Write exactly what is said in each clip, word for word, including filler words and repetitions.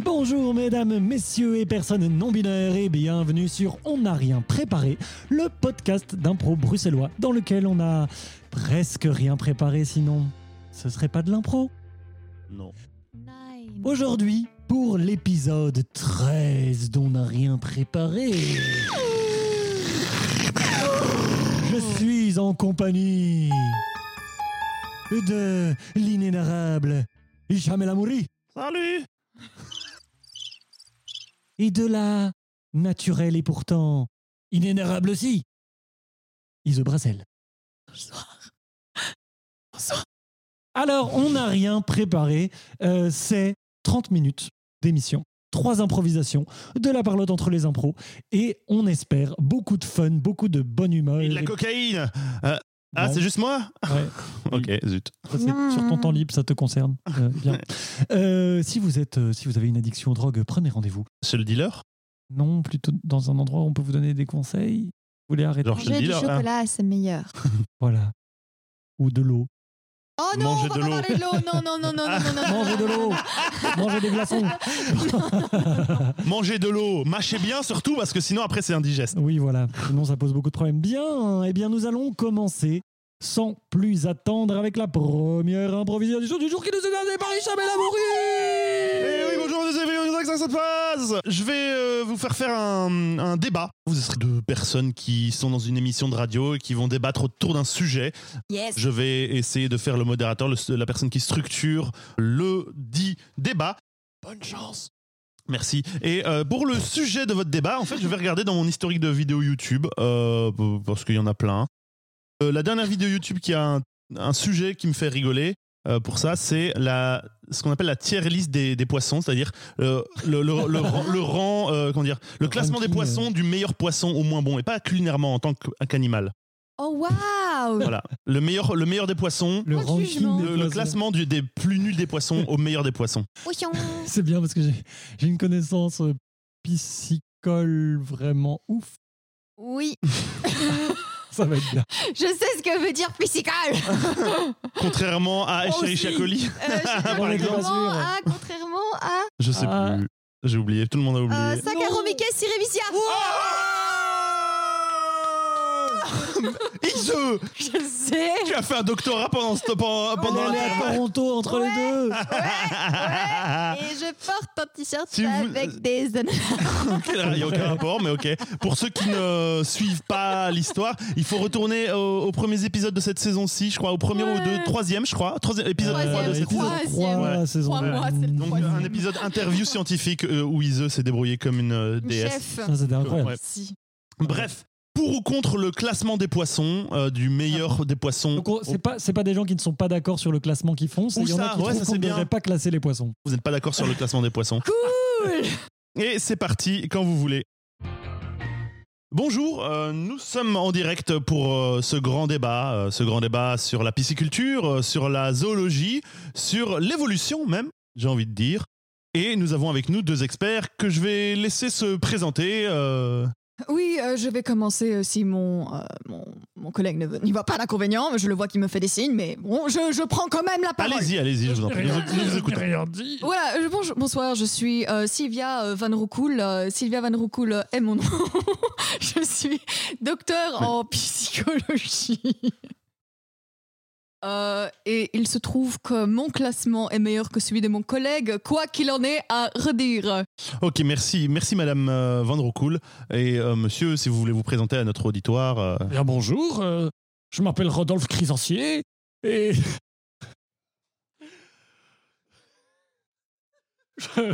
Bonjour mesdames, messieurs et personnes non-binaires et bienvenue sur On n'a rien préparé, le podcast d'impro bruxellois dans lequel on a presque rien préparé, sinon ce serait pas de l'impro. Non. Nine. Aujourd'hui, pour l'épisode treize d'On n'a rien préparé, je suis en compagnie de l'inénarrable Jamel Amouri. Salut. Et de la naturelle et pourtant inénarrable aussi, Ise Brassel. Bonsoir. Bonsoir. Alors, on n'a rien préparé. Euh, c'est trente minutes d'émission, trois improvisations, de la parlotte entre les impros, et on espère beaucoup de fun, beaucoup de bonne humeur. Et de la cocaïne. Euh, ah, Non. c'est juste moi. Ouais. Ok, zut. Ça, c'est Non. sur ton temps libre, ça te concerne. Euh, bien. Euh, si vous êtes, euh, si vous avez une addiction aux drogues, prenez rendez-vous. C'est le dealer. Non, plutôt dans un endroit où on peut vous donner des conseils. Vous voulez arrêter? Genre, je te Manger dis du là, chocolat, c'est meilleur. Voilà. Ou de l'eau. Oh non, Manger on va de pas l'eau. parler de l'eau. Non, non, non, non, non, non, non. Mangez de l'eau. Mangez des glaçons. Mangez de l'eau, mâchez bien surtout parce que sinon après c'est indigeste. Oui, voilà. Sinon, ça pose beaucoup de problèmes. Bien, eh bien, nous allons commencer sans plus attendre avec la première improvisation du jour qui nous est donnée par Jamel Amouri. Eh oui, bonjour, vous avez vu que ça se passe. Je vais euh, vous faire faire un, un débat. Vous serez deux personnes qui sont dans une émission de radio et qui vont débattre autour d'un sujet. Yes. Je vais essayer de faire le modérateur, le- la personne qui structure le dit débat. Bonne chance. Merci. Et euh, pour le sujet de votre débat, en fait, je vais regarder dans mon historique de vidéos YouTube, euh, parce qu'il y en a plein. Euh, la dernière vidéo YouTube qui a un, un sujet qui me fait rigoler, euh, pour ça, c'est la, ce qu'on appelle la tier list des, des poissons, c'est-à-dire euh, le, le, le, rang, le rang, euh, comment dire, le classement des ranking, poissons du meilleur poisson au moins bon, et pas culinairement en tant que- qu'animal. Oh waouh. Voilà. Le meilleur, le meilleur des poissons. Le Pas de ranking jugement. des Le, le poissons. classement du- des plus nuls des poissons au meilleur des poissons. Poisson. C'est bien parce que j'ai j'ai une connaissance euh, piscicole vraiment ouf. Oui. Ça va être bien. Je sais ce que veut dire piscicole. Contrairement à Moi Escherichia aussi. coli. Euh, je sais On était pas contrairement sûr. à, contrairement à Je sais Ah. plus. J'ai oublié. Tout le monde a oublié. euh, Saccharomyces cerevisiae. Ise, Je le sais. tu as fait un doctorat pendant, ce, pendant, On pendant est allé à Toronto entre les deux. Et je porte un t-shirt Si vous- avec des ananas. Il n'y a aucun rapport, mais ok. Pour ceux qui ne suivent pas l'histoire, il faut retourner au- aux premiers épisodes de cette saison-ci, je crois, au premier ou Ouais. deux, troisième, je crois. Troisième, épisode Troisième, trois de cette épisode saison. troisième. trois, Ouais. saison Trois deux. mois, c'est le Donc troisième. un épisode interview scientifique euh, où Ise s'est débrouillée comme une euh, déesse. Chef. Ça, c'était incroyable. Ouais. Si. Bref, pour ou contre le classement des poissons, euh, du meilleur des poissons. Donc, on- c'est pas, c'est pas des gens qui ne sont pas d'accord sur le classement qu'ils font, c'est Ou il y en a ça, qui ouais, trouvent ça, qu'on c'est ne bien. devrait pas classer les poissons. Vous n'êtes pas d'accord sur le classement des poissons. Cool. Et c'est parti, quand vous voulez. Bonjour, euh, nous sommes en direct pour euh, ce grand débat, euh, ce grand débat sur la pisciculture, euh, sur la zoologie, sur l'évolution même, j'ai envie de dire. Et nous avons avec nous deux experts que je vais laisser se présenter. euh, Oui, euh, je vais commencer euh, si mon, euh, mon, mon collègue ne veut- n'y voit pas d'inconvénient. Je le vois qu'il me fait des signes, mais bon, je, je prends quand même la parole. Allez-y, allez-y, je vous en prie. Nous, nous vous écoutons. rien dit. Voilà, je- bonjour- bonsoir, je suis euh, Sylvia euh, Van Roekoel. Euh, Sylvia Van Roekoel euh, est mon nom. Je suis docteur en psychologie. Euh, et il se trouve que mon classement est meilleur que celui de mon collègue, quoi qu'il en ait à redire. Ok, merci, merci Madame euh, Van Roekoel. Et euh, monsieur, si vous voulez vous présenter à notre auditoire. euh, Bien, bonjour, euh, je m'appelle Rodolphe Crisancier et... Je-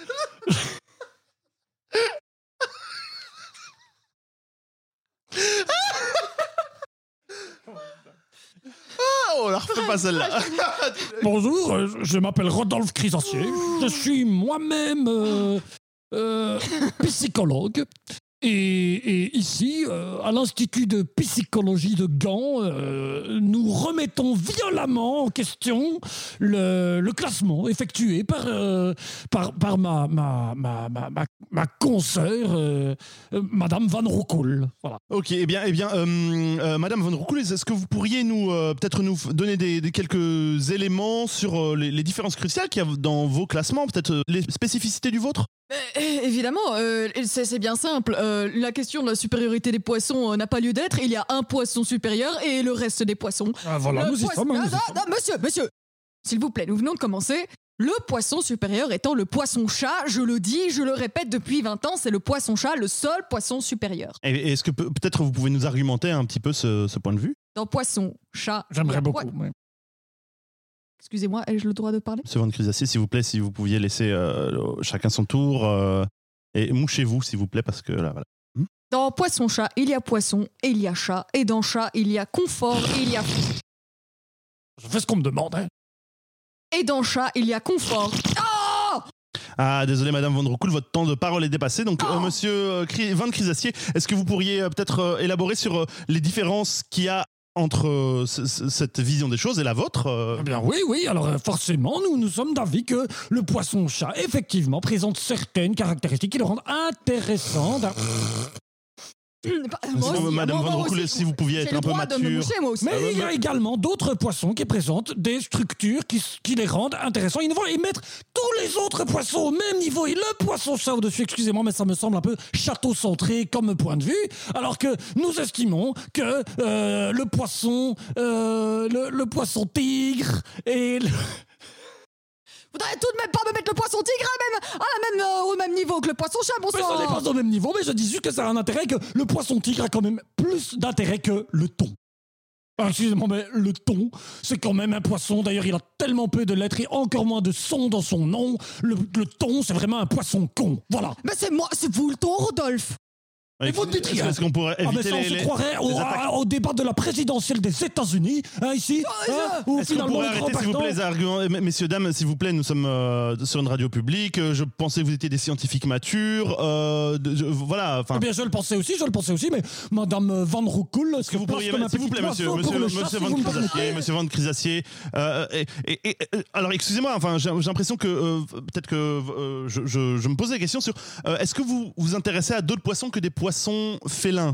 Oh, on la refait pas celle-là. Bonjour, euh, je m'appelle Rodolphe Crisancier, je suis moi-même euh, euh, psychologue Et, et ici, euh, à l'Institut de psychologie de Gand, euh, nous remettons violemment en question le, le classement effectué par, euh, par, par ma, ma, ma, ma, ma, ma consoeur, euh, euh, Madame Van Roekel. Voilà. Ok, eh bien, eh bien euh, euh, Madame Van Roekel, est-ce que vous pourriez nous euh, peut-être nous f- donner des, des quelques éléments sur euh, les, les différences cruciales qu'il y a dans vos classements, peut-être euh, les spécificités du vôtre? Euh, évidemment, euh, c'est c'est bien simple. Euh, la question de la supériorité des poissons euh, n'a pas lieu d'être. Il y a un poisson supérieur et le reste des poissons. Ah, voilà, Le nous y poisson- sommes. hein, Non, nous y non, sommes. non, monsieur, monsieur, s'il vous plaît, nous venons de commencer. Le poisson supérieur étant le poisson-chat, je le dis, je le répète depuis vingt ans, c'est le poisson-chat, le seul poisson supérieur. Et et est-ce que pe- peut-être vous pouvez nous argumenter un petit peu ce, ce point de vue? Dans poisson-chat. il y J'aimerais a beaucoup. poi- ouais. Excusez-moi, ai-je le droit de parler? Monsieur Van Crisacier, s'il vous plaît, si vous pouviez laisser euh, chacun son tour. euh, et mouchez-vous, s'il vous plaît, parce que là, voilà. Dans poisson-chat, il y a poisson et il y a chat. Et dans chat, il y a confort et il y a... Je fais ce qu'on me demande. Hein. Et dans chat, il y a confort. Oh Ah, désolé, Madame Van Roekel, votre temps de parole est dépassé. Donc, Oh euh, Monsieur euh, Cri- Van Crisacier, est-ce que vous pourriez euh, peut-être euh, élaborer sur euh, les différences qu'il y a entre euh, ce- ce- cette vision des choses et la vôtre euh Eh bien oui, oui, alors euh, forcément, nous, nous sommes d'avis que le poisson-chat, effectivement, présente certaines caractéristiques qui le rendent intéressant. d'un- Bah, Est-ce moi que, aussi, Madame moi- Van moi Roekel, aussi, si vous pouviez j'ai être le un peu droit de me mature. moucher, moi aussi. Mais Ah ouais, il y a mais- également d'autres poissons qui présentent des structures qui, s- qui les rendent intéressants, innovants, et mettre tous les autres poissons au même niveau. Et le poisson-chat au-dessus, excusez-moi, mais ça me semble un peu château-centré comme point de vue, alors que nous estimons que euh, le poisson, euh, le, le poisson-tigre et le... Faudrait tout de même pas me mettre le poisson tigre à même, à la même, euh, au même niveau que le poisson chat, bon Mais ça n'est sang. pas au même niveau, mais je dis juste que ça a un intérêt, que le poisson-tigre a quand même plus d'intérêt que le thon. Ah, excusez-moi, mais le thon, c'est quand même un poisson. D'ailleurs, il a tellement peu de lettres et encore moins de sons dans son nom. Le, le thon, c'est vraiment un poisson con. Voilà. Mais c'est moi, c'est vous le ton, Rodolphe. Et vous dites rien. Est-ce qu'on pourrait Ah, mais éviter ça, on les, se les- croirait au, les attaques à- au débat de la présidentielle des États-Unis, hein, ici, Oh, hein, où Est-ce qu'on finalement pourrait le grand arrêter, s'il vous perdant- plaît, les arguments M- Messieurs, dames, s'il vous plaît, nous sommes euh, sur une radio publique. euh, Je pensais que vous étiez des scientifiques matures. euh, de- je- voilà, enfin. Eh bien, je le pensais aussi, je le pensais aussi, mais Madame Van Roekel, Est-ce que vous pourriez, s'il vous plaît, monsieur, monsieur, monsieur Van Crisacier, monsieur Van Crisacier, euh, et, et- et- euh, alors excusez-moi, enfin, j'ai j'ai l'impression que euh, peut-être que euh, je, je- je me posais la question sur euh, est-ce que vous vous intéressez à d'autres poissons que des poissons félins?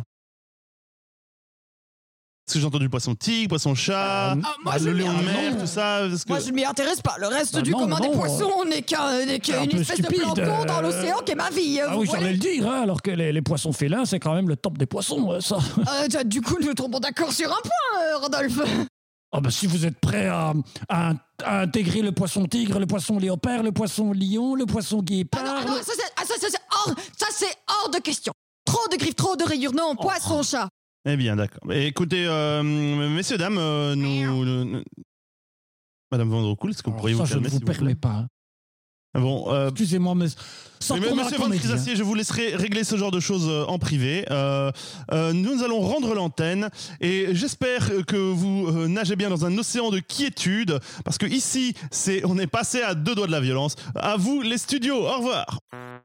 Est-ce que j'ai entendu poisson tigre, poisson chat, Euh, Ah, moi, ah, je le m'y- lion de ah, mer, non. tout ça est-ce que... Moi, je m'y intéresse pas. Le reste Bah du non, commun non, des poissons n'est qu'un- n'est c'est un qu'une peu espèce stupide, de plancton dans euh, l'océan qui est ma vie. Ah vous oui, voyez. j'allais le dire, hein, alors que les, les poissons félins, c'est quand même le top des poissons, euh, ça. Euh, tiens, du coup, nous tombons d'accord sur un point, euh, Rodolphe. Ah bah, si vous êtes prêt à, à- à intégrer le poisson tigre, le poisson léopard, le poisson lion, le poisson Ah guépard... non, ah non, ça c'est ah, ça, ça, c'est hors, ça, c'est hors de question. Trop de griffes, trop de rayures, non, poisson chat. Eh bien, d'accord. Mais écoutez, euh, messieurs, dames, euh, nous, nous- nous- Madame Van Roekel, est-ce que vous Alors, pourriez ça, vous je calmer, ne vous s'il vous plaît? permets pas. hein. Bon, euh, Excusez-moi, mais ça mais tourne à la Monsieur Van comédie, hein. Crisacier, je vous laisserai régler ce genre de choses euh, en privé. Euh, euh, nous allons rendre l'antenne et j'espère que vous euh, nagez bien dans un océan de quiétude parce que ici, c'est, on est passé à deux doigts de la violence. À vous, les studios. Au revoir.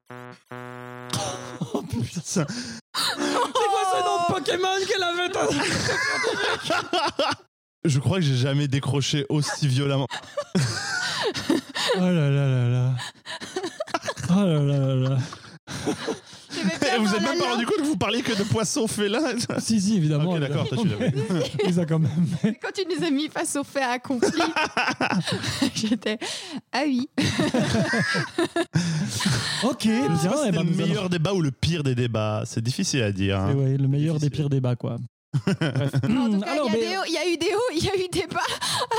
Oh putain, ça... C'est quoi ce nom de Pokémon qu'elle avait dans... Je crois que j'ai jamais décroché aussi violemment. Oh là là là là. Oh là là là là. Je vais faire vous un n'êtes même pas lien. rendu compte que vous parliez que de poissons félins. Si, si, évidemment. Ok, d'accord, toi, tu l'avais. Mais ça quand même. Quand tu nous as mis face au fait accompli, j'étais ah oui. Ok, bien. C'est eh ben, le nous allons- meilleur débat ou le pire des débats. C'est difficile à dire. hein. Eh ouais, le meilleur des Difficile. pires débats, quoi. Bref. En tout cas, Alors, il y, a mais- des hauts- il y a eu des hauts, il y a eu des bas.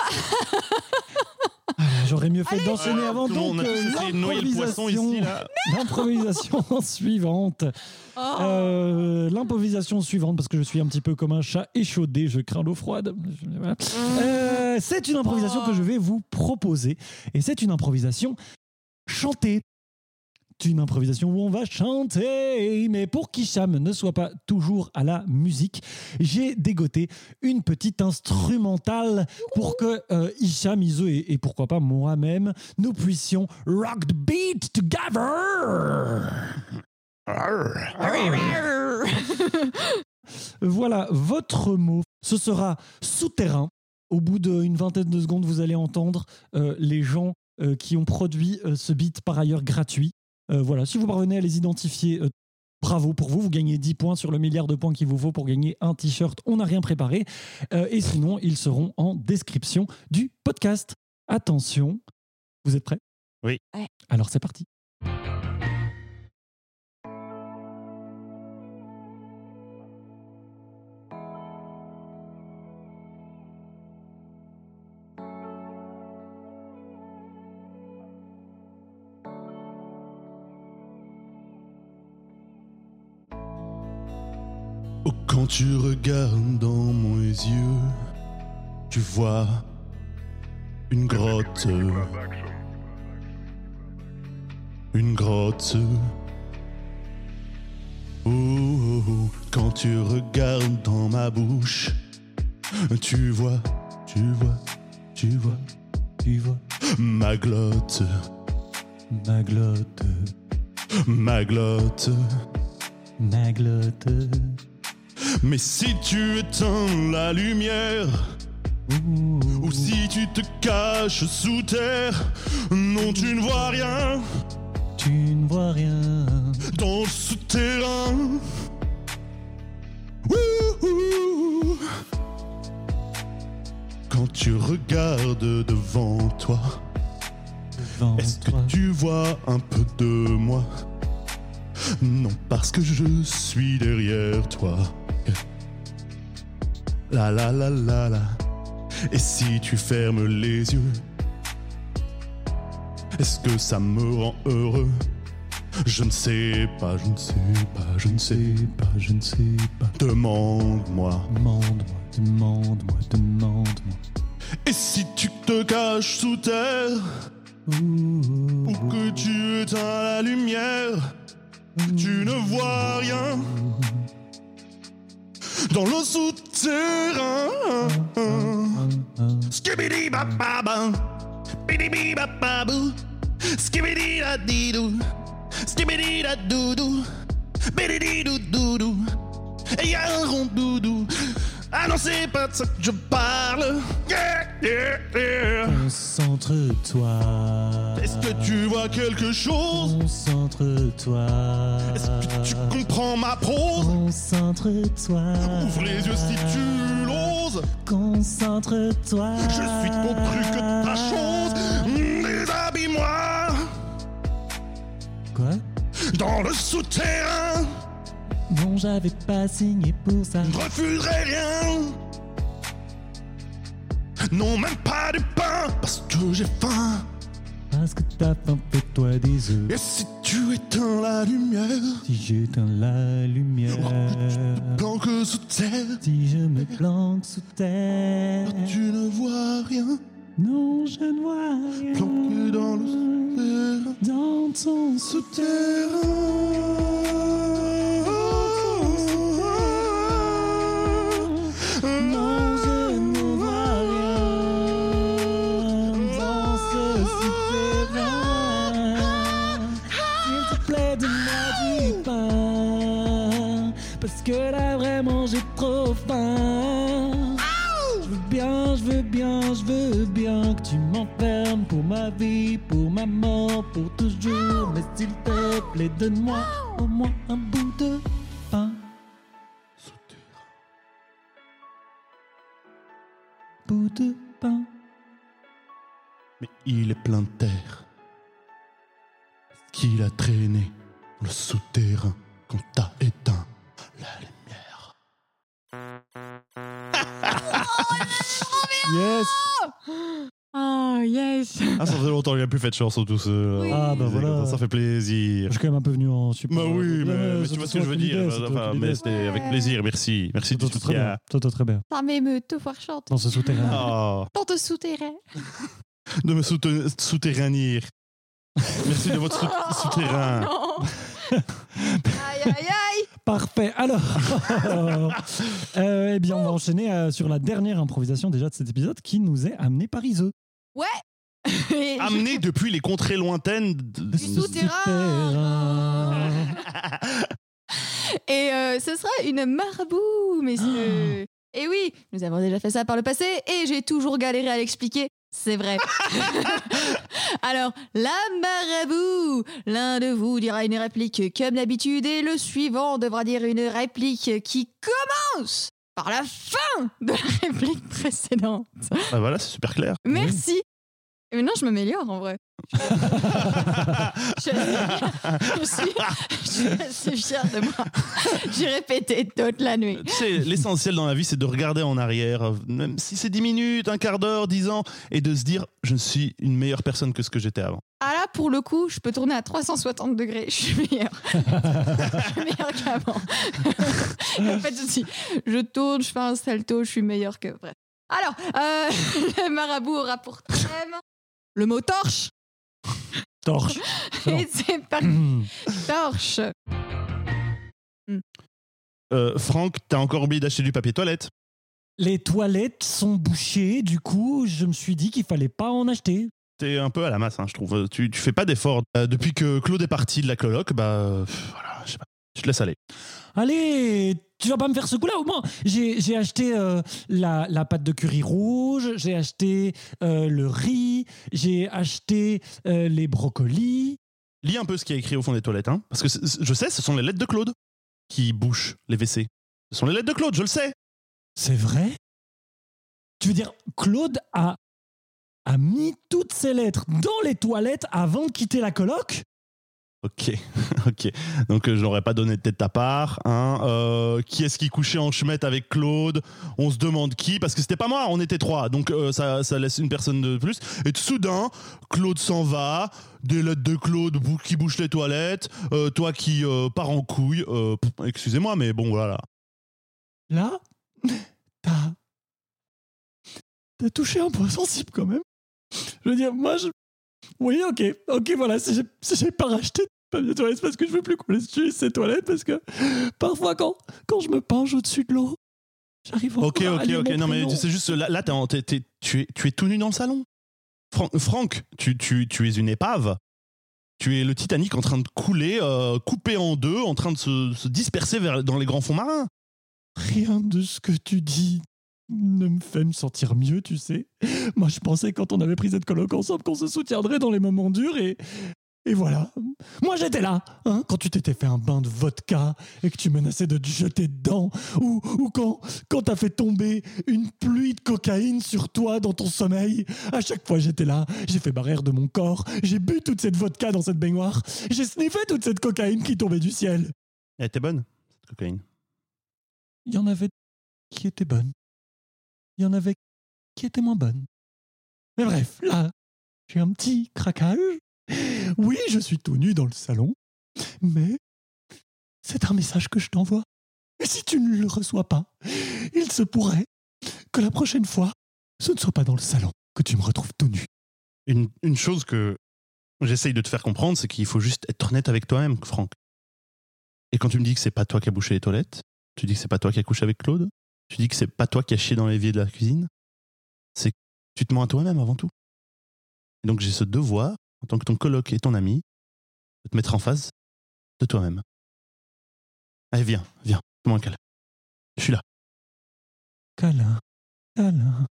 J'aurais mieux fait d'enchaîner avant, Tout le monde donc a tous euh, essayé de noyer le poisson ici, l'improvisation là. l'improvisation suivante. Oh. Euh, L'improvisation suivante, parce que je suis un petit peu comme un chat échaudé, je crains l'eau froide. Je- voilà. Euh, c'est une improvisation Oh. que je vais vous proposer, et c'est une improvisation chantée. Une improvisation où on va chanter, mais pour qu'Hicham ne soit pas toujours à la musique, j'ai dégoté une petite instrumentale pour que euh, Hicham, Iso et, et pourquoi pas moi-même, nous puissions rock the beat together. Voilà, votre mot, ce sera souterrain. Au bout d'une vingtaine de secondes, vous allez entendre euh, les gens euh, qui ont produit euh, ce beat, par ailleurs gratuit. Euh, voilà, si vous parvenez à les identifier, euh, bravo pour vous. Vous gagnez dix points sur le milliard de points qu'il vous faut pour gagner un t-shirt. On n'a rien préparé. Euh, et sinon, ils seront en description du podcast. Attention, vous êtes prêts? Oui. Ouais. Alors c'est parti. Oh, quand tu regardes dans mes yeux, tu vois une grotte. Une grotte. Oh, oh, oh, quand tu regardes dans ma bouche, tu vois, tu vois, tu vois, tu vois ma glotte. Ma glotte, Ma glotte. ma glotte. Mais si tu éteins la lumière, Ouh. ou si tu te caches sous terre, non, tu ne vois rien Tu ne vois rien. dans le souterrain. Ouh, ouh. Quand tu regardes devant toi, Devant est-ce que toi. tu vois un peu de moi? Non, parce que je suis derrière toi. La la la la la. Et si tu fermes les yeux, est-ce que ça me rend heureux? Je ne sais pas, je ne sais pas, je ne sais pas, je ne sais pas. Demande-moi. Demande-moi, demande-moi, demande-moi. Et si tu te caches sous terre, Ouh. ou que tu éteins la lumière, tu ne vois rien dans le souterrain. Skibidi bababa, bidi bababou, skibidi da didou, skibidi da doudou, bidi doudou. Et y a un rond doudou. Ah non, c'est pas de ça que je parle. Yeah, yeah, yeah. Concentre-toi. Est-ce que tu vois quelque chose? Concentre-toi. Est-ce que tu comprends ma prose? Concentre-toi. Ouvre les yeux si tu l'oses. Concentre-toi. Je suis ton truc, ta chose. Mm, Déshabille-moi. Quoi? Dans le souterrain. Non, j'avais pas signé pour ça. Je ne refuserai rien. Non, même pas du pain, parce que j'ai faim. Parce que t'as faim, fais-toi des œufs. Et si tu éteins la lumière, Si j'éteins la lumière. planque sous terre, Si je me planque sous terre. tu ne vois rien. Non, je ne vois rien. Planqué dans le souterrain. Dans ton Non, je ne vois rien dans ce souterrain. S'il te plaît, donne-moi du pain, parce que là vraiment j'ai trop faim. Je veux bien, je veux bien, je veux bien que tu m'enfermes pour ma vie, pour ma mort, pour toujours. Mais s'il te plaît, donne-moi au moins un bout de pain. Bout de pain. Mais il est plein de terre. Qu'il a traîné dans le souterrain quand t'as éteint la lumière. Yes. Oh, yes. Ah, ça faisait longtemps qu'il n'a plus fait de chanson tout seul. Oui. Ah, bah voilà. Ça fait plaisir. Je suis quand même un peu venu en support. Bah oui, mais, Ouais, mais c'est tu vois ce toi que je veux qui dire. l'idée, c'est toi Enfin, qui mais l'idée. c'était avec plaisir. Merci. Merci Toi, de toi, très bien. Toi, toi, très bien. Ça m'émeut de te voir chanter. Dans ce souterrain. Ah, Dans te souterrain. de me soute- souterrainir. Merci de votre sou- souterrain. Oh, non. Aïe, aïe, aïe. Parfait. Alors, euh, eh bien, on va enchaîner euh, sur la dernière improvisation déjà de cet épisode qui nous est amenée par Iseux. Et je- Amené depuis les contrées lointaines. de- Du souterrain. souterrain. Et euh, ce sera une marabout, messieurs. Et oui, nous avons déjà fait ça par le passé et j'ai toujours galéré à l'expliquer. C'est vrai. Alors, la marabout. L'un de vous dira une réplique comme d'habitude et le suivant devra dire une réplique qui commence par la fin de la réplique précédente. Ah, voilà, c'est super clair. Merci. Mais maintenant, je m'améliore en vrai. je, je, suis, je suis assez fière de moi. J'ai répété toute la nuit. Tu sais, l'essentiel dans la vie, c'est de regarder en arrière, même si c'est dix minutes, un quart d'heure, dix ans, et de se dire, je suis une meilleure personne que ce que j'étais avant. Ah là, pour le coup, je peux tourner à trois cent soixante degrés. Je suis meilleure. Je suis meilleure qu'avant. Pas de souci. Je tourne, je fais un salto, je suis meilleure que... Bref. Alors, euh, le marabout aura pour thème le mot torche. Torche. Et c'est parti. Torche. Euh, Franck, t'as encore oublié d'acheter du papier toilette. Les toilettes sont bouchées, du coup, je me suis dit qu'il fallait pas en acheter. T'es un peu à la masse, hein, je trouve. Tu, tu fais pas d'efforts. Euh, depuis que Claude est parti de la coloc, bah, euh, voilà, je sais pas. Je te laisse aller. Allez, tu vas pas me faire ce coup-là au moins. J'ai, j'ai acheté euh, la, la pâte de curry rouge, j'ai acheté euh, le riz, j'ai acheté euh, les brocolis. Lis un peu ce qu'il y a écrit au fond des toilettes, hein, parce que c'est- je sais, ce sont les lettres de Claude qui bouchent les W C. Ce sont les lettres de Claude, je le sais. C'est vrai? Tu veux dire, Claude a, a mis toutes ses lettres dans les toilettes avant de quitter la coloc? Ok, ok. Donc euh, je n'aurais pas donné de tête à part. Hein. Euh, qui est-ce qui couchait en chemette avec Claude? On se demande qui, parce que c'était pas moi, on était trois. Donc euh, ça, ça laisse une personne de plus. Et soudain, Claude s'en va. Des lettres de Claude bou- qui bouche les toilettes. Euh, toi qui euh, pars en couille. Euh, pff, excusez-moi, mais bon, voilà. Là, t'as... T'as touché un point sensible quand même. Je veux dire, moi, je... Oui, ok, ok, voilà, si j'ai, si j'ai pas racheté de papier toilette, c'est parce que je veux plus qu'on utilise ces toilettes, parce que parfois, quand, quand je me penche au-dessus de l'eau, j'arrive encore Ok, à ok, lire ok. mon Non, mais prénom. c'est juste, là, là t'es en- t'es- t'es- tu, es, tu es tout nu dans le salon. Fran- Franck, tu, tu, tu es une épave. Tu es le Titanic en train de couler, euh, coupé en deux, en train de se, se disperser vers, dans les grands fonds marins. Rien de ce que tu dis ne me fait me sentir mieux, tu sais. Moi, je pensais quand on avait pris cette coloc ensemble qu'on se soutiendrait dans les moments durs et... Et voilà. Moi, j'étais là, hein, quand tu t'étais fait un bain de vodka et que tu menaçais de te jeter dedans, ou, ou quand, quand t'as fait tomber une pluie de cocaïne sur toi dans ton sommeil. À chaque fois, j'étais là, j'ai fait barrière de mon corps, j'ai bu toute cette vodka dans cette baignoire, j'ai sniffé toute cette cocaïne qui tombait du ciel. Elle était bonne, cette cocaïne. Il y en avait qui étaient bonnes. Il y en avait qui étaient moins bonnes. Mais bref, là, j'ai un petit craquage. Oui, je suis tout nu dans le salon, mais c'est un message que je t'envoie. Et si tu ne le reçois pas, il se pourrait que la prochaine fois, ce ne soit pas dans le salon que tu me retrouves tout nu. Une, une chose que j'essaye de te faire comprendre, c'est qu'il faut juste être honnête avec toi-même, Franck. Et quand tu me dis que c'est pas toi qui as bouché les toilettes, tu dis que c'est pas toi qui as couché avec Claude, tu dis que c'est pas toi qui as chié dans l'évier de la cuisine, c'est que tu te mens à toi-même avant tout. Et donc j'ai ce devoir, en tant que ton coloc et ton ami, de te mettre en face de toi-même. Allez, viens, viens, fais-moi un câlin. Je suis là. Câlin, câlin,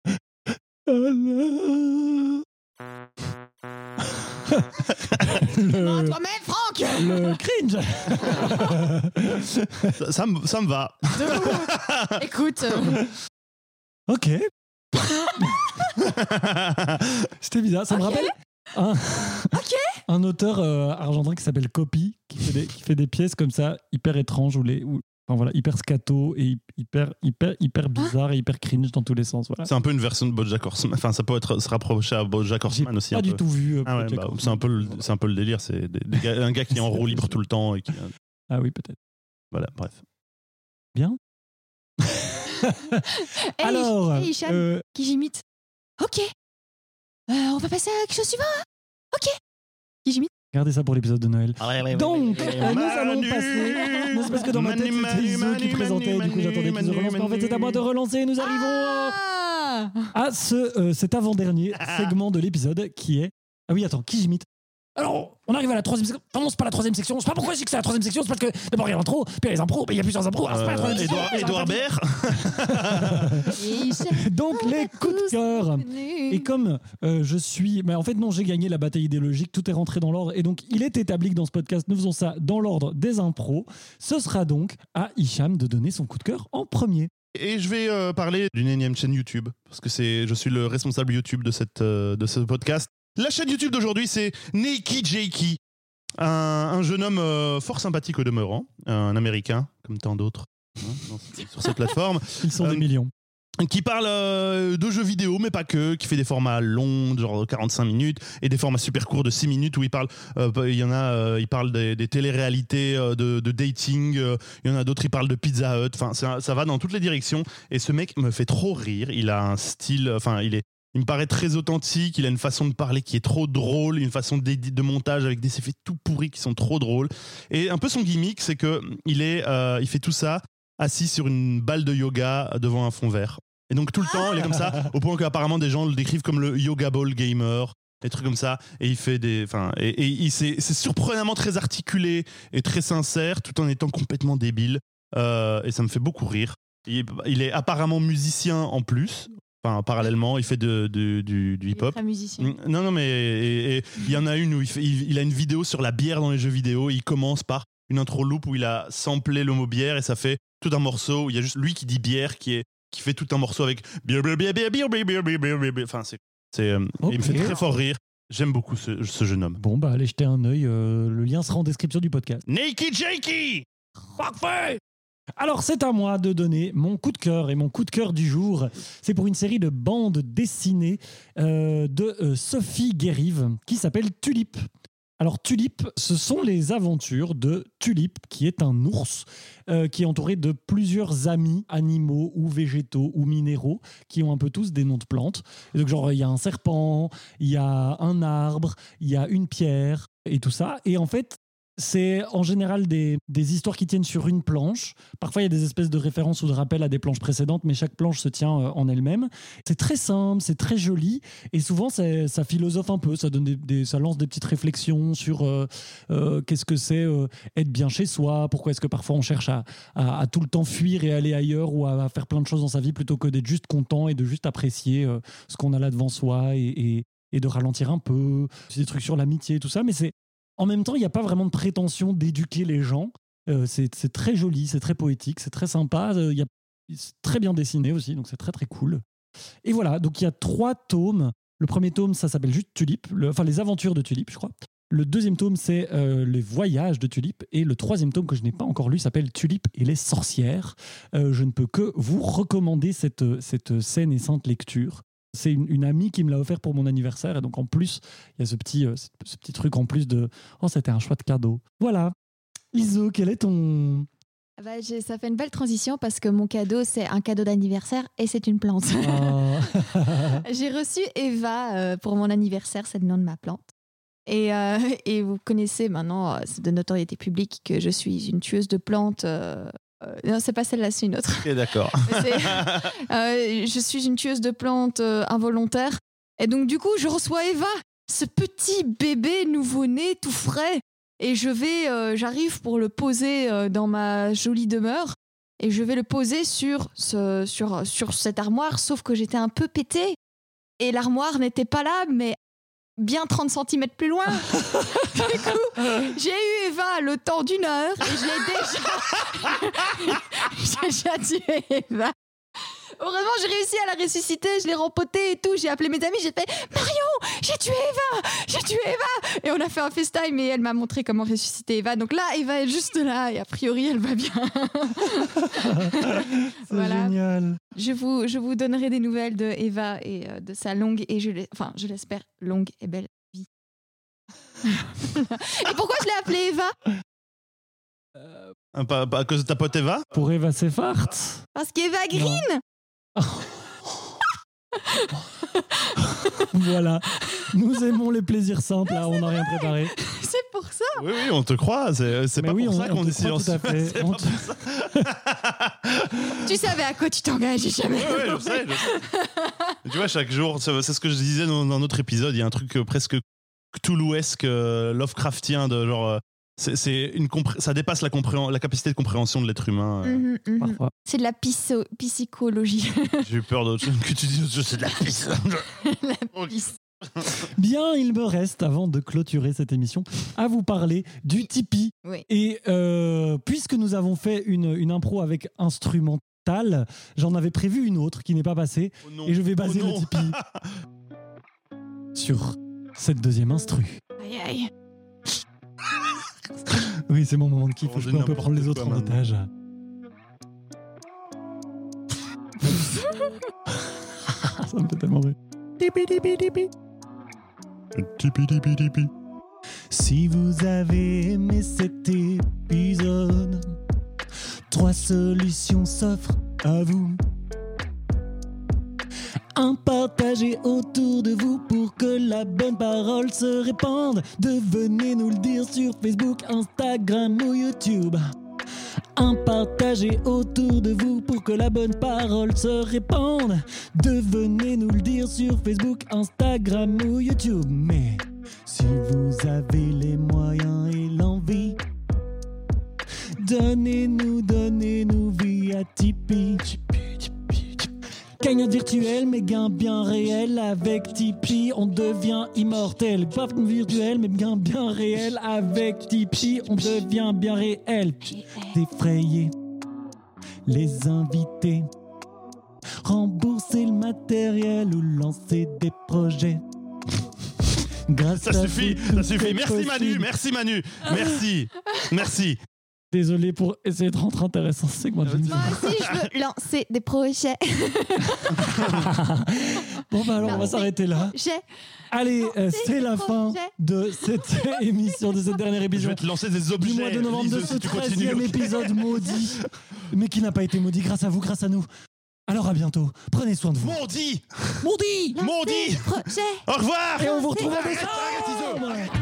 câlin. Mens à le, toi-même, Franck. le cringe. Ça, ça me, ça me va. Écoute, euh, Ok. C'était bizarre. Ça me rappelle un, un auteur euh, argentin qui s'appelle Copy, qui fait, des, qui fait des pièces comme ça, hyper étranges, ou les, ou, enfin, voilà, hyper scato et hyper, hyper, hyper bizarre et hyper cringe dans tous les sens. Voilà. C'est un peu une version de BoJack Horseman. Enfin, ça peut être, se rapprocher à BoJack J'ai Horseman aussi. pas un du peu. tout vu. euh, Ah ouais, Bojack bah, Horseman. c'est un peu le, c'est un peu le délire. C'est des- des gars- un gars qui est en roue libre tout le temps. Et qui, Ah oui, peut-être. voilà, bref. Bien. hey, Alors, hey, Hicham, euh, qui j'imite? Ok. Euh, on va passer à quelque chose suivant. Hein, ok. Qui j'imite? gardez ça pour l'épisode de Noël. Donc, euh, nous allons passer. Non, c'est parce que dans ma tête, c'était Iso qui présentait, du coup j'attendais qu'ils se relancent. Mais en fait, c'est à moi de relancer. Nous arrivons euh, Ah à ce, euh, cet avant-dernier segment de l'épisode qui est. Ah oui, attends, qui j'imite? Alors, on arrive à la troisième section. Non, c'est pas la troisième section. Je sais pas pourquoi je dis que c'est la troisième section. C'est parce que d'abord il y a l'intro, puis il y a les impros, puis il y a plusieurs impros. Alors, c'est pas la troisième section. Edouard, Edouard Baird. Donc, les coups de cœur. Et comme euh, je suis... Mais en fait, non, j'ai gagné la bataille idéologique. Tout est rentré dans l'ordre. Et donc, il est établi que dans ce podcast, nous faisons ça dans l'ordre des impros. Ce sera donc à Hicham de donner son coup de cœur en premier. Et je vais euh, parler d'une énième chaîne YouTube, parce que c'est, je suis le responsable YouTube de, cette, euh, de ce podcast. La chaîne YouTube d'aujourd'hui, c'est Nakey Jakey, un, un jeune homme euh, fort sympathique au demeurant, un Américain, comme tant d'autres, hein, dans, sur cette plateforme. Ils sont Euh, des millions. Qui parle euh, de jeux vidéo, mais pas que, qui fait des formats longs, genre quarante-cinq minutes, et des formats super courts de six minutes où il parle, euh, il y en a, euh, il parle des, des téléréalités, euh, de, de dating, euh, il y en a d'autres, il parle de Pizza Hut, enfin ça, ça va dans toutes les directions, et ce mec me fait trop rire, il a un style, enfin il est, il me paraît très authentique, il a une façon de parler qui est trop drôle, une façon de, de montage avec des effets tout pourris qui sont trop drôles, et un peu son gimmick, c'est que il est, euh, il fait tout ça assis sur une balle de yoga devant un fond vert. Et donc tout le temps, il est comme ça, au point qu'apparemment des gens le décrivent comme le yoga ball gamer, des trucs comme ça. Et il fait des, enfin, et, et il c'est, c'est surprenamment très articulé et très sincère, tout en étant complètement débile. Euh, et ça me fait beaucoup rire. Il, il est apparemment musicien en plus. Enfin, parallèlement, il fait de, de, du, du hip-hop. Très musicien. Non, non, mais et, et, il y en a une où il, fait, il, il a une vidéo sur la bière dans les jeux vidéo. Il commence par une intro loop où il a samplé le mot bière et ça fait tout un morceau où il y a juste lui qui dit bière, qui est qui fait tout un morceau avec bière, bière, bière, bière, bière, bière, bière, bière, bière. Enfin, c'est, c'est, euh, Okay. il me fait très fort rire. J'aime beaucoup ce, ce jeune homme. Bon, bah, allez jeter un œil. euh, le lien sera en description du podcast. Nakey Jakey. Parfait! Alors, c'est à moi de donner mon coup de cœur. Et mon coup de cœur du jour, c'est pour une série de bandes dessinées euh, de euh, Sophie Guérive qui s'appelle Tulip. Alors, Tulip, ce sont les aventures de Tulip, qui est un ours euh, qui est entouré de plusieurs amis animaux ou végétaux ou minéraux qui ont un peu tous des noms de plantes. Et donc, genre, il y a un serpent, il y a un arbre, il y a une pierre et tout ça. Et en fait, c'est en général des, des histoires qui tiennent sur une planche. Parfois, il y a des espèces de références ou de rappels à des planches précédentes, mais chaque planche se tient euh, en elle-même. C'est très simple, c'est très joli, et souvent, c'est, ça philosophe un peu. Ça, donne des, des, ça lance des petites réflexions sur euh, euh, qu'est-ce que c'est euh, être bien chez soi, pourquoi est-ce que parfois on cherche à, à, à tout le temps fuir et aller ailleurs ou à, à faire plein de choses dans sa vie plutôt que d'être juste content et de juste apprécier euh, ce qu'on a là devant soi et, et, et de ralentir un peu. C'est des trucs sur l'amitié et tout ça, mais c'est en même temps, il n'y a pas vraiment de prétention d'éduquer les gens. Euh, c'est, c'est très joli, c'est très poétique, c'est très sympa. Euh, y a, c'est très bien dessiné aussi, donc c'est très très cool. Et voilà, donc il y a trois tomes. Le premier tome, ça s'appelle juste Tulip, le, enfin les aventures de Tulip, je crois. Le deuxième tome, c'est euh, les voyages de Tulip. Et le troisième tome que je n'ai pas encore lu s'appelle Tulip et les sorcières. Euh, je ne peux que vous recommander cette, cette saine et sainte lecture. C'est une, une amie qui me l'a offert pour mon anniversaire. Et donc, en plus, il y a ce petit, euh, ce, ce petit truc en plus de « Oh, c'était un chouette cadeau ». Voilà. Iso, quel est ton... Ah bah, j'ai- ça fait une belle transition parce que mon cadeau, c'est un cadeau d'anniversaire et c'est une plante. Ah. J'ai reçu Eva euh, pour mon anniversaire, c'est le nom de ma plante. Et, euh, et vous connaissez maintenant, euh, c'est de notoriété publique, que je suis une tueuse de plantes. euh, euh, non, c'est pas celle-là, c'est une autre. Ok, d'accord. C'est- euh, je suis une tueuse de plantes euh, involontaire. Et donc, du coup, je reçois Eva, ce petit bébé nouveau-né, tout frais. Et je vais, euh, j'arrive pour le poser euh, dans ma jolie demeure. Et je vais le poser sur, ce, sur, sur cette armoire, sauf que j'étais un peu pétée. Et l'armoire n'était pas là, mais bien trente centimètres plus loin. Du coup, j'ai eu Eva le temps d'une heure et je l'ai déjà... j'ai déjà tué Eva. Heureusement, j'ai réussi à la ressusciter, je l'ai rempotée et tout. J'ai appelé mes amis, j'ai fait « Marion, j'ai tué Eva, j'ai tué Eva !» Et on a fait un FaceTime et elle m'a montré comment ressusciter Eva. Donc là, Eva est juste là et a priori, elle va bien. C'est Voilà. génial. Je vous, je vous donnerai des nouvelles de Eva et euh, de sa longue et je l'ai- enfin, je l'espère longue et belle vie. Et pourquoi je l'ai appelée Eva? Un pas, pas à cause de ta pote Eva. Pour Eva Sefart. Parce qu'Eva Green. Voilà. Nous aimons les plaisirs simples, là, on n'a rien préparé. C'est pour ça. Oui, oui, on te croit. C'est, c'est Mais pas oui, pour on- ça on qu'on te est croit tout silencieux. à fait. C'est On pas te- pour ça. Tu savais à quoi tu t'engages, jamais. Oui, oui, je sais, je sais. Tu vois, chaque jour, c'est c'est ce que je disais dans un autre épisode, il y a un truc euh, presque Cthulhuesque, euh, Lovecraftien, de genre. Euh, c'est, c'est une compré- ça dépasse la, compréhen- la capacité de compréhension de l'être humain. Euh. Mhm, mhm. Parfois. C'est de la piso- psychologie. J'ai eu peur d'autre chose que tu dises, c'est de la pisse. La pisse. Bien, il me reste, avant de clôturer cette émission, à vous parler du Tipeee. Oui. Et euh, puisque nous avons fait une, une impro avec instrumental, j'en avais prévu une autre qui n'est pas passée. Oh non. Et je vais baser Oh le non. Tipeee sur cette deuxième instru. Aïe aïe. Oui, c'est mon moment de kiff. On Je dit peux un peu n'importe prendre les quoi autres en maintenant. otage. Ça me fait tellement rire. Tipeee, tipeee, tipeee. Tipeee, tipeee, tipeee. Si vous avez aimé cet épisode, trois solutions s'offrent à vous. Un, partager autour de vous pour que la bonne parole se répande. Devenez nous le dire sur Facebook, Instagram ou YouTube. Un, partager autour de vous pour que la bonne parole se répande. Devenez nous le dire sur Facebook, Instagram ou YouTube. Mais si vous avez les moyens et l'envie, donnez-nous, donnez-nous via Tipeee. Cagnotte virtuelle, mais gain bien réel. Avec Tipeee, on devient immortel. Pas virtuel, mais gain bien réel. Avec Tipeee, on devient bien réel. Défrayer les invités, rembourser le matériel ou lancer des projets. Grâce Ça à suffit, vous, ça tout suffit. est Merci Manu, possible. merci Manu, merci, merci. Désolé pour essayer de rentrer intéressant ce segment de l'émission. Moi aussi, je veux lancer des projets. Bon bah alors on va Non, s'arrêter là. J'ai. Allez, euh, c'est c'est la trop fin cher. de cette émission, de cette dernière Je émission vais te lancer des du objets. mois de novembre, de Lise, ce si tu continues, treizième ok. épisode maudit, mais qui n'a pas été maudit grâce à vous, grâce à nous. Alors à bientôt, prenez soin de vous. Maudit, Maudit. maudit. Projet. Au revoir. Et on vous retrouve en Lancez- décembre.